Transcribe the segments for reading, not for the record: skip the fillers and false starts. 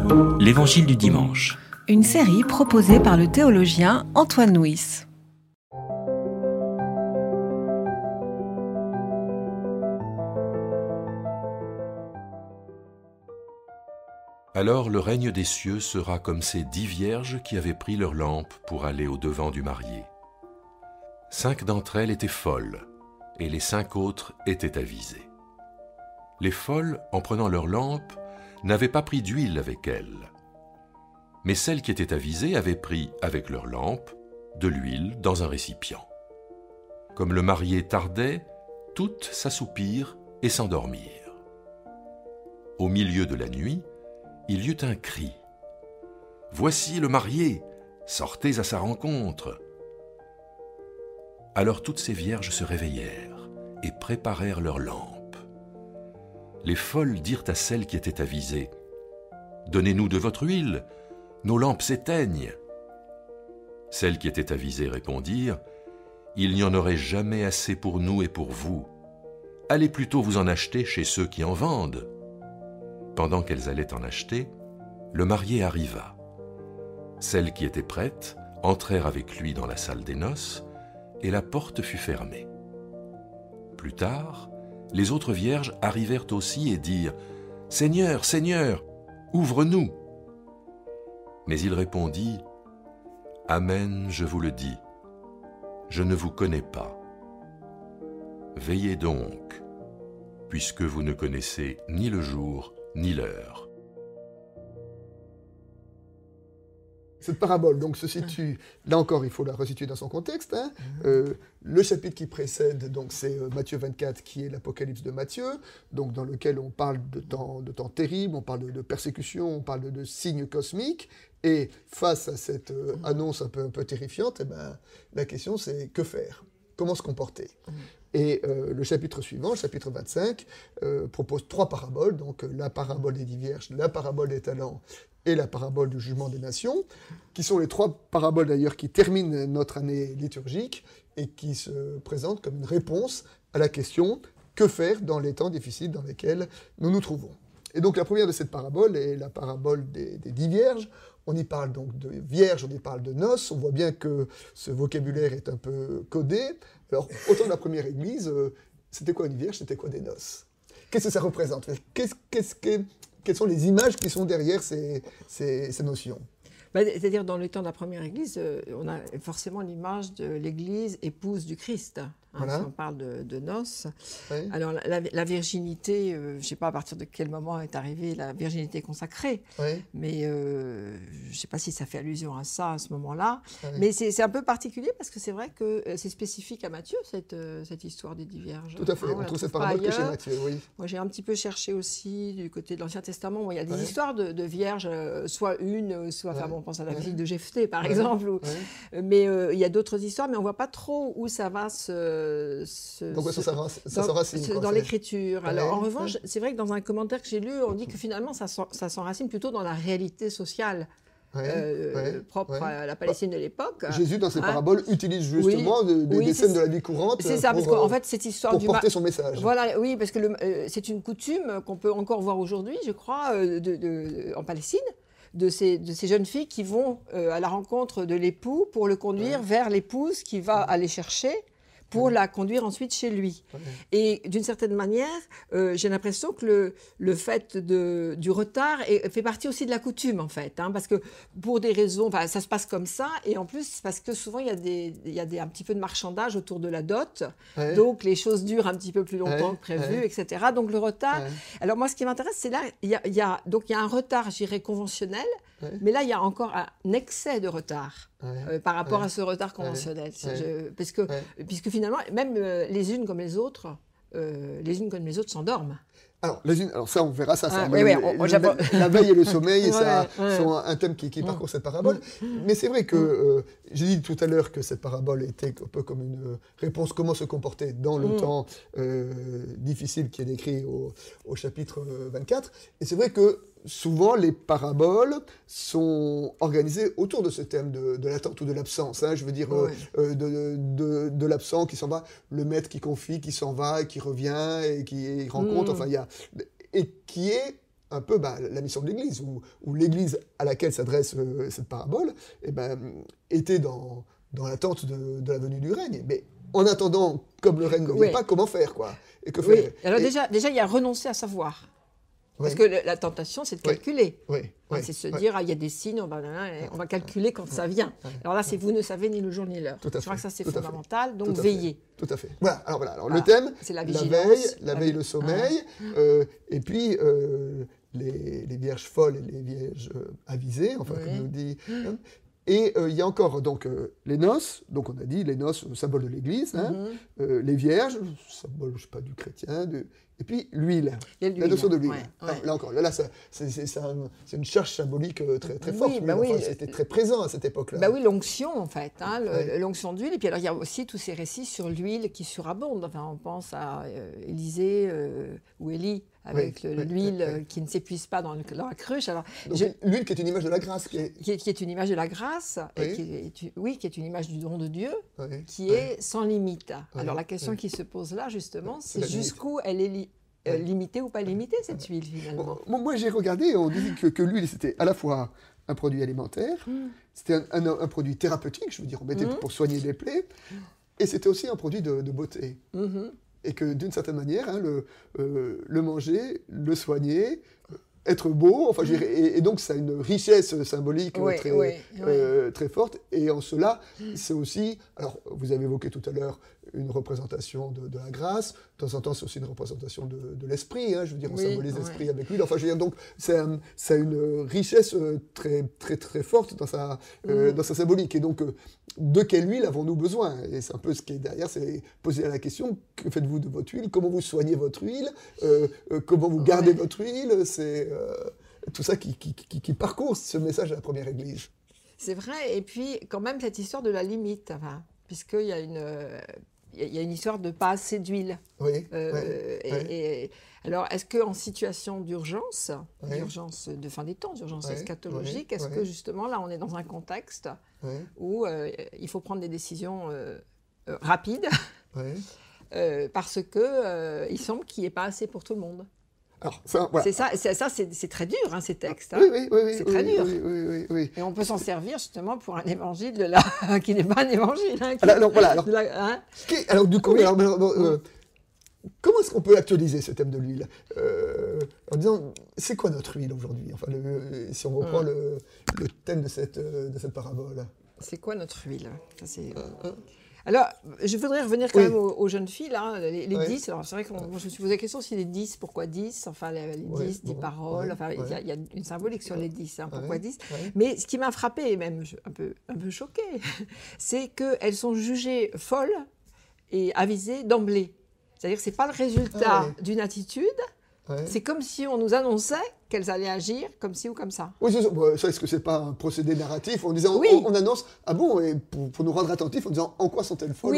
L'Évangile du dimanche. Une série proposée par le théologien Antoine Nuis. Alors le règne des cieux sera comme ces 10 vierges qui avaient pris leurs lampes pour aller au-devant du marié. 5 d'entre elles étaient folles, et les 5 autres étaient avisées. Les folles, en prenant leurs lampes, n'avaient pas pris d'huile avec elles. Mais celles qui étaient avisées avaient pris, avec leurs lampes, de l'huile dans un récipient. Comme le marié tardait, toutes s'assoupirent et s'endormirent. Au milieu de la nuit, il y eut un cri. « Voici le marié, sortez à sa rencontre !» Alors toutes ces vierges se réveillèrent et préparèrent leurs lampes. Les folles dirent à celles qui étaient avisées, « Donnez-nous de votre huile, nos lampes s'éteignent. » Celles qui étaient avisées répondirent, « Il n'y en aurait jamais assez pour nous et pour vous. Allez plutôt vous en acheter chez ceux qui en vendent. » Pendant qu'elles allaient en acheter, le marié arriva. Celles qui étaient prêtes entrèrent avec lui dans la salle des noces, et la porte fut fermée. Plus tard, les autres vierges arrivèrent aussi et dirent « Seigneur, Seigneur, ouvre-nous !» Mais il répondit « Amen, je vous le dis, je ne vous connais pas. Veillez donc, puisque vous ne connaissez ni le jour ni l'heure. » Cette parabole donc se situe, là encore il faut la resituer dans son contexte, le chapitre qui précède, donc c'est Matthieu 24 qui est l'Apocalypse de Matthieu, donc dans lequel on parle de temps terribles, on parle de persécution, on parle de signes cosmiques, et face à cette annonce un peu terrifiante, la question c'est que faire ? Comment se comporter ? Et le chapitre suivant, le chapitre 25, propose 3 paraboles, donc la parabole des 10 vierges, la parabole des talents et la parabole du jugement des nations, qui sont les 3 paraboles d'ailleurs qui terminent notre année liturgique et qui se présentent comme une réponse à la question « Que faire dans les temps difficiles dans lesquels nous nous trouvons ?» Et donc la première de cette parabole est la parabole des 10 vierges. On y parle donc de vierges, on y parle de noces. On voit bien que ce vocabulaire est un peu codé. Alors, autant de la première église, c'était quoi une vierge, c'était quoi des noces ? Qu'est-ce que ça représente ? Quelles sont les images qui sont derrière ces notions ? C'est-à-dire, dans le temps de la première église, on a forcément l'image de l'église épouse du Christ. Voilà. Si on parle de noces. Oui. Alors, la virginité, je ne sais pas à partir de quel moment est arrivée la virginité consacrée, oui. Mais je ne sais pas si ça fait allusion à ça à ce moment-là. Oui. Mais c'est un peu particulier parce que c'est vrai que c'est spécifique à Matthieu, cette histoire des 10 vierges. Tout à fait, on trouve cette parabole que chez Matthieu, oui. Moi, j'ai un petit peu cherché aussi du côté de l'Ancien Testament. Il y a des histoires de vierges, soit une, soit... Enfin, bon, on pense à la visite de Jephthé, par exemple. Mais il y a d'autres histoires, mais on ne voit pas trop où ça va donc ça s'enracine dans l'écriture. Alors en revanche, c'est vrai que dans un commentaire que j'ai lu, on dit que finalement ça s'enracine plutôt dans la réalité sociale propre à la Palestine de l'époque. Jésus, dans ses paraboles, utilise justement des scènes de la vie courante c'est ça, parce qu'en fait, cette histoire pour porter son message. Voilà, oui, parce que c'est une coutume qu'on peut encore voir aujourd'hui, je crois, en Palestine. De ces jeunes filles qui vont à la rencontre de l'époux pour le conduire vers l'épouse qui va aller chercher pour la conduire ensuite chez lui. Et d'une certaine manière, j'ai l'impression que le fait du retard fait partie aussi de la coutume, en fait. Parce que pour des raisons... ça se passe comme ça, et en plus, parce que souvent, il y a un petit peu de marchandage autour de la dot, donc les choses durent un petit peu plus longtemps que prévu, etc. Donc le retard... Alors moi, ce qui m'intéresse, c'est là, il y a un retard, je dirais, conventionnel, mais là, il y a encore un excès de retard. Par rapport à ce retard conventionnel. Puisque finalement, même les unes comme les autres s'endorment. Alors ça, on verra ça. La veille et le sommeil, sont un thème qui parcourt cette parabole. Mais c'est vrai que j'ai dit tout à l'heure que cette parabole était un peu comme une réponse comment se comporter dans le temps difficile qui est décrit au chapitre 24. Et c'est vrai que souvent, les paraboles sont organisées autour de ce thème de l'attente ou de l'absence. Je veux dire, de l'absent qui s'en va, le maître qui confie, qui s'en va et qui revient et qui rencontre. Enfin, et qui est un peu la mission de l'Église, où l'Église à laquelle s'adresse cette parabole était dans l'attente de la venue du règne. Mais en attendant, comme le règne ne vient pas, comment faire, quoi? Et que faire? Alors déjà, il y a renoncer à savoir. Parce que la tentation, c'est de calculer. C'est se dire, il y a des signes, on va calculer quand ça vient. Alors là, c'est vous ne savez ni le jour ni l'heure. Je crois que ça, c'est fondamental, donc veillez. Tout à fait. Voilà, alors le thème, c'est la veille, le sommeil, et puis les vierges folles et les vierges avisées, enfin, comme nous dit... Et il y a encore donc les noces, donc on a dit les noces, symbole de l'Église, les vierges, symbole, je sais pas, du chrétien, et puis l'huile, la notion de l'huile. Là encore, c'est une charge symbolique très, très forte. C'était très présent à cette époque-là. Oui, l'onction en fait, l'onction d'huile. Et puis alors il y a aussi tous ces récits sur l'huile qui surabondent. Enfin, on pense à Élisée ou Élie, avec l'huile qui ne s'épuise pas dans la cruche. Alors, l'huile qui est une image de la grâce. Qui est une image de la grâce, qui est une image du don de Dieu, qui est sans limite. Alors la question qui se pose là, justement, c'est jusqu'où elle est limitée ou pas limitée, cette huile, finalement. Moi, j'ai regardé, on dit que l'huile, c'était à la fois un produit alimentaire, c'était un produit thérapeutique, je veux dire, on mettait pour soigner les plaies, et c'était aussi un produit de beauté. Et que d'une certaine manière, le manger, le soigner, être beau, enfin, et donc ça a une richesse symbolique très forte. Et en cela, c'est aussi, alors vous avez évoqué tout à l'heure une représentation de la grâce, de temps en temps c'est aussi une représentation de l'esprit, je veux dire, on symbolise l'esprit avec l'huile, enfin je veux dire, donc ça a une richesse très, très, très forte dans sa symbolique. Et donc, de quelle huile avons-nous besoin? Et c'est un peu ce qui est derrière, c'est poser la question, que faites-vous de votre huile? Comment vous soignez votre huile? Comment vous gardez votre huile? C'est tout ça qui parcourt ce message de la première Église. C'est vrai, et puis quand même cette histoire de la limite, puisqu'il y a une histoire de pas assez d'huile. Alors, est-ce qu'en situation d'urgence, d'urgence de fin des temps, d'urgence eschatologique, est-ce que justement là on est dans un contexte où il faut prendre des décisions rapides parce que il semble qu'il n'y ait pas assez pour tout le monde? Alors, ça, voilà. C'est très dur, ces textes. Oui, c'est très dur. Oui. Et on peut s'en servir justement pour un évangile qui n'est pas un évangile. Alors, du coup, comment est-ce qu'on peut actualiser ce thème de l'huile en disant, c'est quoi notre huile aujourd'hui? Enfin, si on reprend le thème de cette parabole. C'est quoi notre huile? Alors, je voudrais revenir quand même aux jeunes filles, là, les 10. Alors, c'est vrai que je me suis posé la question si les 10, pourquoi 10? Enfin, les 10, 10 paroles. Enfin, il y a une symbolique sur les 10, pourquoi 10? Mais ce qui m'a frappée, et même un peu choquée, c'est qu'elles sont jugées folles et avisées d'emblée. C'est-à-dire que ce n'est pas le résultat d'une attitude, c'est comme si on nous annonçait qu'elles allaient agir comme ci ou comme ça. Oui, ça, est-ce que c'est pas un procédé narratif en disant, on annonce, et pour nous rendre attentifs en disant, en quoi sont-elles folles?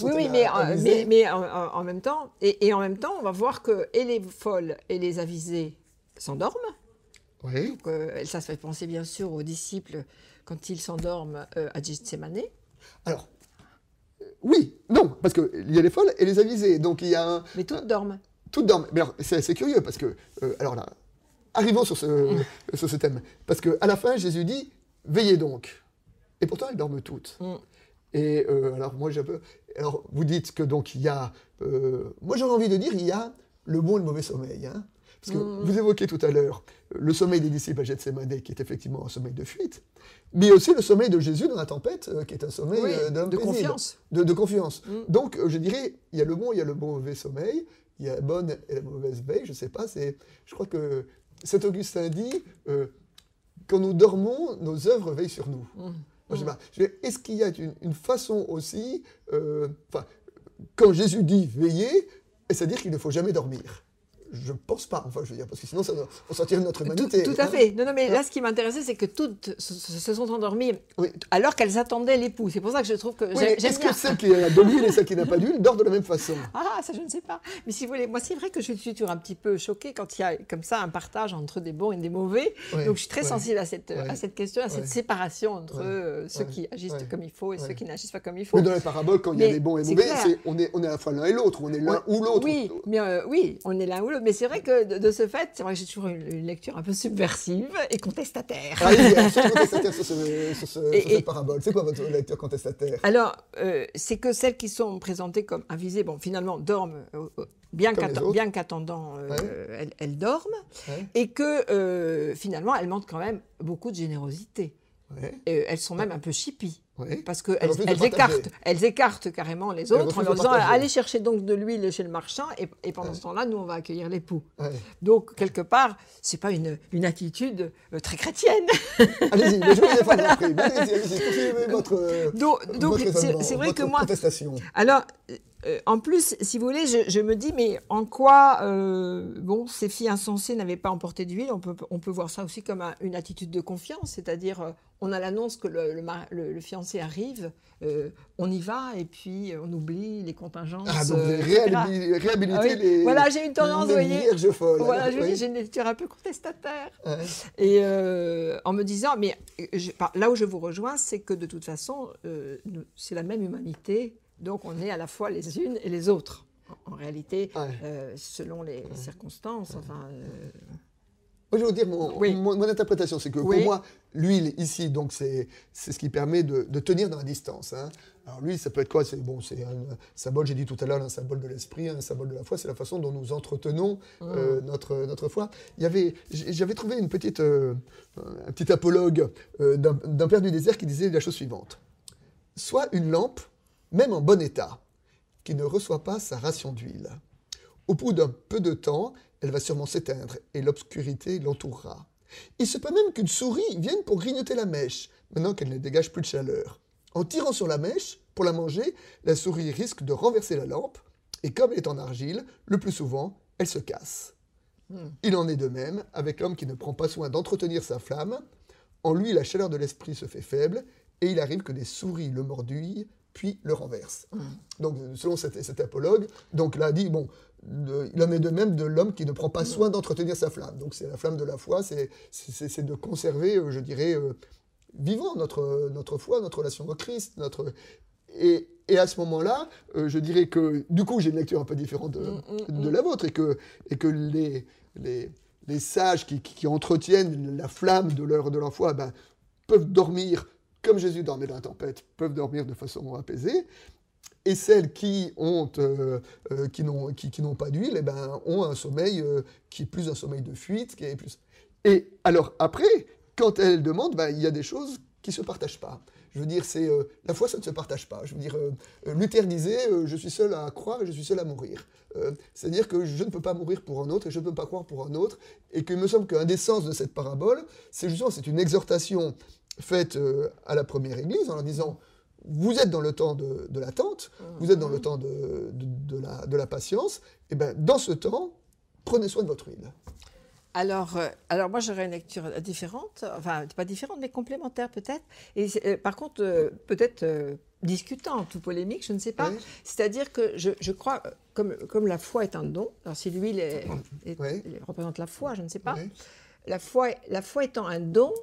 Mais en même temps, et en même temps, on va voir que et les folles et les avisées s'endorment. Donc, ça se fait penser bien sûr aux disciples quand ils s'endorment à Gethsémane. Alors, non, parce qu'il y a les folles et les avisées, donc il y a Mais toutes dorment. Toutes dorment. Mais alors, c'est curieux, parce que, alors là, arrivons sur ce thème. Parce qu'à la fin, Jésus dit, veillez donc. Et pourtant, elles dorment toutes. Et alors, moi, alors, vous dites que donc, il y a... moi, j'aurais envie de dire, il y a le bon et le mauvais sommeil. Parce que vous évoquiez tout à l'heure le sommeil des disciples à Gethsémane, qui est effectivement un sommeil de fuite, mais aussi le sommeil de Jésus dans la tempête, qui est un sommeil de confiance. De confiance. Donc, je dirais, il y a le bon et le mauvais sommeil, il y a la bonne et la mauvaise veille, je ne sais pas, je crois que Saint Augustin dit, quand nous dormons, nos œuvres veillent sur nous. Moi, je sais pas, est-ce qu'il y a une façon aussi, quand Jésus dit veiller, c'est-à-dire qu'il ne faut jamais dormir? Je ne pense pas, enfin, je veux dire, parce que sinon, on sortirait de notre humanité. Tout à fait. Non, mais là, ce qui m'intéressait, c'est que toutes se sont endormies alors qu'elles attendaient l'époux. C'est pour ça que je trouve que j'aime bien. Est-ce que celle qui a de l'huile et celle qui n'a pas d'huile dorment de la même façon? Ah, ça, je ne sais pas. Mais si vous voulez, moi, c'est vrai que je suis toujours un petit peu choquée quand il y a comme ça un partage entre des bons et des mauvais. Donc, je suis très sensible à cette question, à cette séparation entre ceux qui agissent comme il faut et ceux qui n'agissent pas comme il faut. Mais dans les paraboles, quand il y a des bons et mauvais, on est à la fois l'un et l'autre, on est l'un ou l'autre. Oui, on est l'un ou l'autre. mais c'est vrai que de ce fait, c'est vrai que j'ai toujours une lecture un peu subversive et contestataire. Allez-y, soyez contestataire sur cette parabole. C'est quoi votre lecture contestataire? Alors, c'est que celles qui sont présentées comme avisées, bon, finalement, dorment, bien qu'attendant, elles dorment, et que finalement, elles montrent quand même beaucoup de générosité. Ouais. Elles sont même un peu chippies. Oui. Parce qu'elles écartent carrément les autres en leur disant allez chercher donc de l'huile chez le marchand et pendant ce temps-là, nous, on va accueillir l'époux. Donc, quelque part, ce n'est pas une attitude très chrétienne. Allez-y, je vous ai pas compris. Allez-y, poursuivez votre donc c'est vrai que moi... contestation. Alors, en plus, si vous voulez, je me dis, mais en quoi ces filles insensées n'avaient pas emporté d'huile? On peut voir ça aussi comme une attitude de confiance, c'est-à-dire on a l'annonce que le fiancé arrive, on y va et puis on oublie les contingences. Ah, donc réhabiliter les... Voilà, j'ai une tendance, vous voyez. Vierges folles. Voilà, j'ai une lecture un peu contestataire. Et en me disant, mais là où je vous rejoins, c'est que de toute façon, c'est la même humanité. Donc, on est à la fois les unes et les autres, en réalité, selon les circonstances. Enfin, Moi, je vais vous dire mon interprétation, c'est que pour moi, l'huile, ici, donc c'est ce qui permet de tenir dans la distance. Hein. Alors, l'huile, ça peut être quoi? C'est un symbole, j'ai dit tout à l'heure, un symbole de l'esprit, un symbole de la foi. C'est la façon dont nous entretenons notre foi. J'avais trouvé un petit apologue d'un père du désert qui disait la chose suivante. Soit une lampe, même en bon état, qui ne reçoit pas sa ration d'huile. Au bout d'un peu de temps, elle va sûrement s'éteindre et l'obscurité l'entourera. Il se peut même qu'une souris vienne pour grignoter la mèche, maintenant qu'elle ne dégage plus de chaleur. En tirant sur la mèche, pour la manger, la souris risque de renverser la lampe, et comme elle est en argile, le plus souvent, elle se casse. Il en est de même avec l'homme qui ne prend pas soin d'entretenir sa flamme. En lui, la chaleur de l'esprit se fait faible, et il arrive que des souris le mordouillent, puis le renverse. Donc, selon cet apologue, donc là dit, il en est de même de l'homme qui ne prend pas soin d'entretenir sa flamme. Donc, c'est la flamme de la foi, c'est de conserver, je dirais, vivant notre foi, notre relation au Christ, Et à ce moment-là, je dirais que, du coup, j'ai une lecture un peu différente de la vôtre, et que les sages qui entretiennent la flamme de leur foi, peuvent dormir comme Jésus dormait dans la tempête, peuvent dormir de façon apaisée, et celles qui n'ont pas d'huile, ont un sommeil qui est plus un sommeil de fuite, qui est plus... Et alors après, quand elles demandent, il y a des choses qui ne se partagent pas. Je veux dire, la foi, ça ne se partage pas. Je veux dire, Luther disait je suis seul à croire et je suis seul à mourir. C'est-à-dire que je ne peux pas mourir pour un autre et je ne peux pas croire pour un autre. Et qu'il me semble qu'un des sens de cette parabole, c'est une exhortation faite à la première Église en leur disant vous êtes dans le temps de l'attente, vous êtes dans le temps de la patience, et dans ce temps, prenez soin de votre huile. Alors moi j'aurais une lecture différente, enfin pas différente mais complémentaire peut-être, et par contre peut-être discutante ou polémique, je ne sais pas. Oui. C'est-à-dire que je crois, comme la foi est un don, alors si l'huile représente la foi, je ne sais pas, la foi étant un don,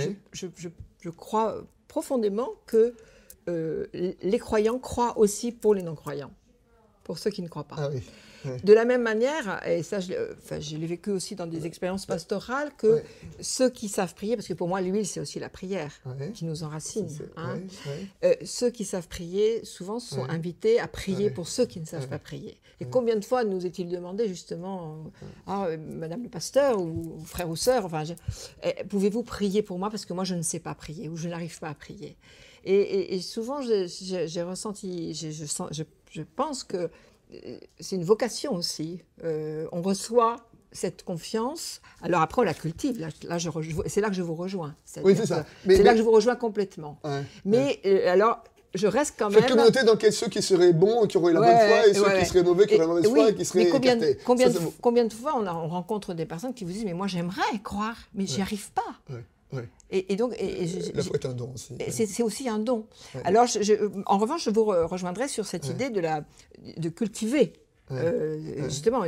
je crois profondément que les croyants croient aussi pour les non-croyants, pour ceux qui ne croient pas. Ah oui. De la même manière, et ça je l'ai vécu aussi dans des expériences pastorales, que ceux qui savent prier, parce que pour moi l'huile c'est aussi la prière qui nous enracine, ceux qui savent prier souvent sont invités à prier pour ceux qui ne savent pas prier. Et combien de fois nous est-il demandé justement, Madame le pasteur ou frère ou sœur, pouvez-vous prier pour moi parce que moi je ne sais pas prier ou je n'arrive pas à prier. Et souvent j'ai ressenti, je pense que c'est une vocation aussi. On reçoit cette confiance. Alors après, on la cultive. C'est là que je vous rejoins. Oui, c'est ça. C'est là que je vous rejoins complètement. Mais alors, je reste quand même... Cette communauté dans laquelle ceux qui seraient bons, qui auraient la bonne foi, et ceux qui seraient mauvais, qui auraient la mauvaise foi, et qui seraient écartés. Combien de fois on rencontre des personnes qui vous disent « Mais moi, j'aimerais croire, mais j'y arrive pas. » Et donc, la foi est un don aussi. C'est aussi un don. Ouais. Alors, en revanche, je vous rejoindrai sur cette idée de cultiver justement,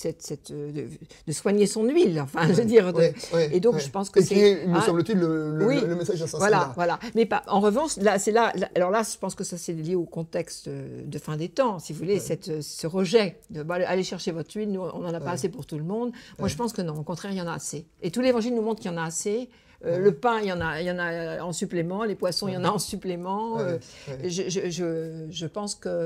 de soigner son huile, enfin, je veux dire. Et donc, je pense que c'est... me semble-t-il, le message dans ce sens-là. Voilà. Mais en revanche, alors là, je pense que ça, c'est lié au contexte de fin des temps, si vous voulez, ce rejet de aller chercher votre huile, nous, on n'en a pas assez pour tout le monde. Moi, je pense que non, au contraire, il y en a assez. Et tout l'Évangile nous montre qu'il y en a assez. Le pain, il y en a en supplément, les poissons, il y en a en supplément. Je pense que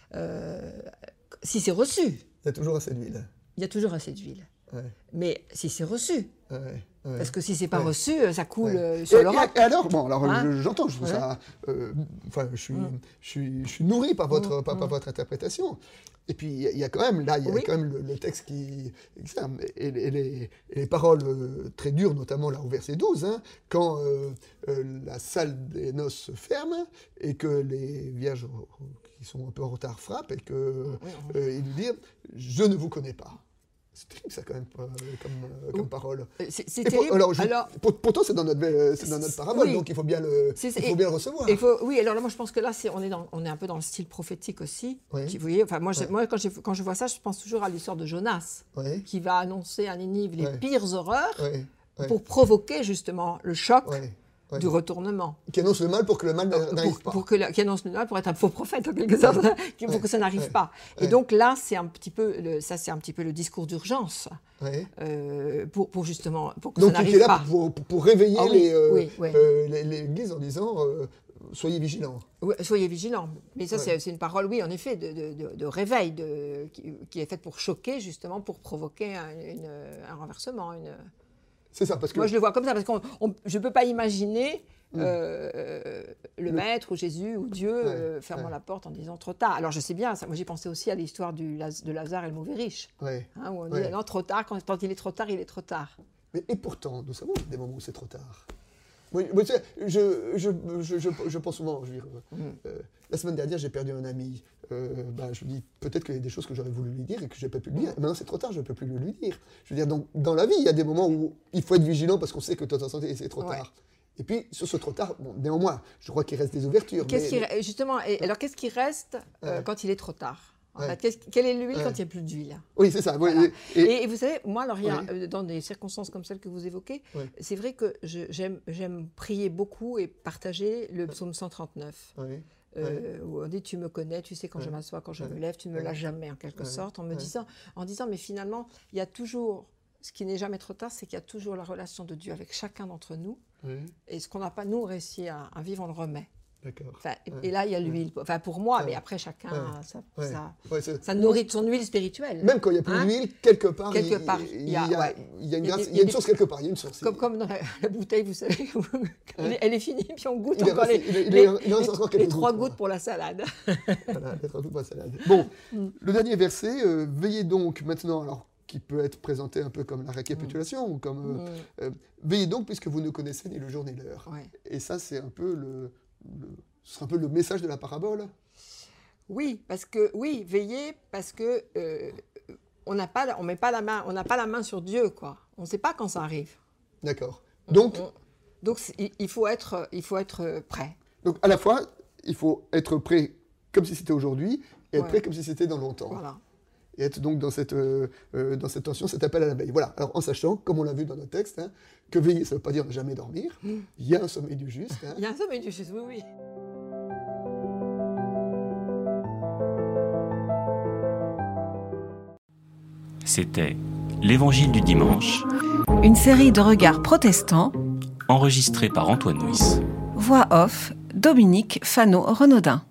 si c'est reçu... Il y a toujours assez d'huile. Il y a toujours assez d'huile. Mais si c'est reçu... Parce que si c'est pas reçu, ça coule sur l'Europe. Et alors, j'entends, je trouve ça... je suis nourri par votre interprétation. Et puis, il y a quand même, quand même le texte qui... Et les paroles très dures, notamment là au verset 12, quand la salle des noces se ferme et que les vierges qui sont un peu en retard frappent et qu'ils nous disent « Je ne vous connais pas ». C'est terrible ça quand même comme parole. C'est terrible. Pourtant c'est dans notre parabole, donc il faut bien le recevoir. Alors là moi je pense que là on est un peu dans le style prophétique aussi. Vous voyez, moi quand je vois ça, je pense toujours à l'histoire de Jonas, qui va annoncer à Ninive les pires horreurs pour provoquer justement le choc. Du retournement. Qui annonce le mal pour que le mal n'arrive pas. Qui annonce le mal pour être un faux prophète, en quelque sorte, pour que ça n'arrive pas. Et donc là, c'est un petit peu le discours d'urgence, pour justement, pour que donc, ça n'arrive pas. Donc, pour réveiller l'Église en disant soyez vigilants. Soyez vigilants. Mais ça, c'est une parole, oui, en effet, de réveil, qui est faite pour choquer, justement, pour provoquer un renversement, C'est ça, parce que... Moi, je le vois comme ça, parce que je ne peux pas imaginer le Maître ou Jésus ou Dieu fermant la porte en disant trop tard. Alors, je sais bien, moi j'ai pensé aussi à l'histoire de Lazare et le mauvais riche, où on dit non, trop tard, quand il est trop tard, il est trop tard. Et pourtant, nous savons des moments où c'est trop tard. Je pense souvent, la semaine dernière, j'ai perdu un ami. Je me dis, peut-être qu'il y a des choses que j'aurais voulu lui dire et que je n'ai pas pu lui dire. Maintenant, c'est trop tard, je ne peux plus le lui dire. Je veux dire, donc, dans la vie, il y a des moments où il faut être vigilant parce qu'on sait que de temps en temps, c'est trop tard. Et puis, sur ce trop tard, néanmoins, je crois qu'il reste des ouvertures. Justement, alors qu'est-ce qui reste quand il est trop tard ? En fait, quelle est l'huile quand il n'y a plus d'huile ? Oui, c'est ça. Voilà. Et vous savez, moi, alors, dans des circonstances comme celles que vous évoquez, c'est vrai que j'aime prier beaucoup et partager le psaume 139. Où on dit tu me connais, tu sais quand je m'assois, quand je me lève, tu ne me lâches jamais en quelque sorte, en disant mais finalement il y a toujours, ce qui n'est jamais trop tard, c'est qu'il y a toujours la relation de Dieu avec chacun d'entre nous, et ce qu'on n'a pas nous réussi à vivre, on le remet. D'accord. Et là il y a l'huile, pour moi, mais après chacun ça nourrit son huile spirituelle. Même quand il n'y a plus d'huile, quelque part il y a une grâce, il y a une source quelque part, il y a une source. Comme dans la bouteille, vous savez, elle est finie, puis on goûte encore les 3 gouttes pour la salade. Voilà, les 3 gouttes pour la salade. Bon, le dernier verset, veillez donc maintenant, alors qui peut être présenté un peu comme la récapitulation, ou comme veillez donc puisque vous ne connaissez ni le jour ni l'heure. Et ça, c'est un peu ce sera un peu le message de la parabole. Oui, veillez parce que on n'a pas la main sur Dieu, quoi. On ne sait pas quand ça arrive. D'accord. Donc il faut être prêt. Donc à la fois, il faut être prêt comme si c'était aujourd'hui et être prêt comme si c'était dans longtemps. Voilà. Et être donc dans cette tension, cet appel à la veille. Voilà. Alors en sachant, comme on l'a vu dans notre texte, que veiller, ça ne veut pas dire ne jamais dormir. Il y a un sommeil du juste. Il y a un sommeil du juste, oui. C'était l'Évangile du dimanche. Une série de regards protestants. Enregistrée par Antoine Nuis. Voix off, Dominique Fano-Renaudin.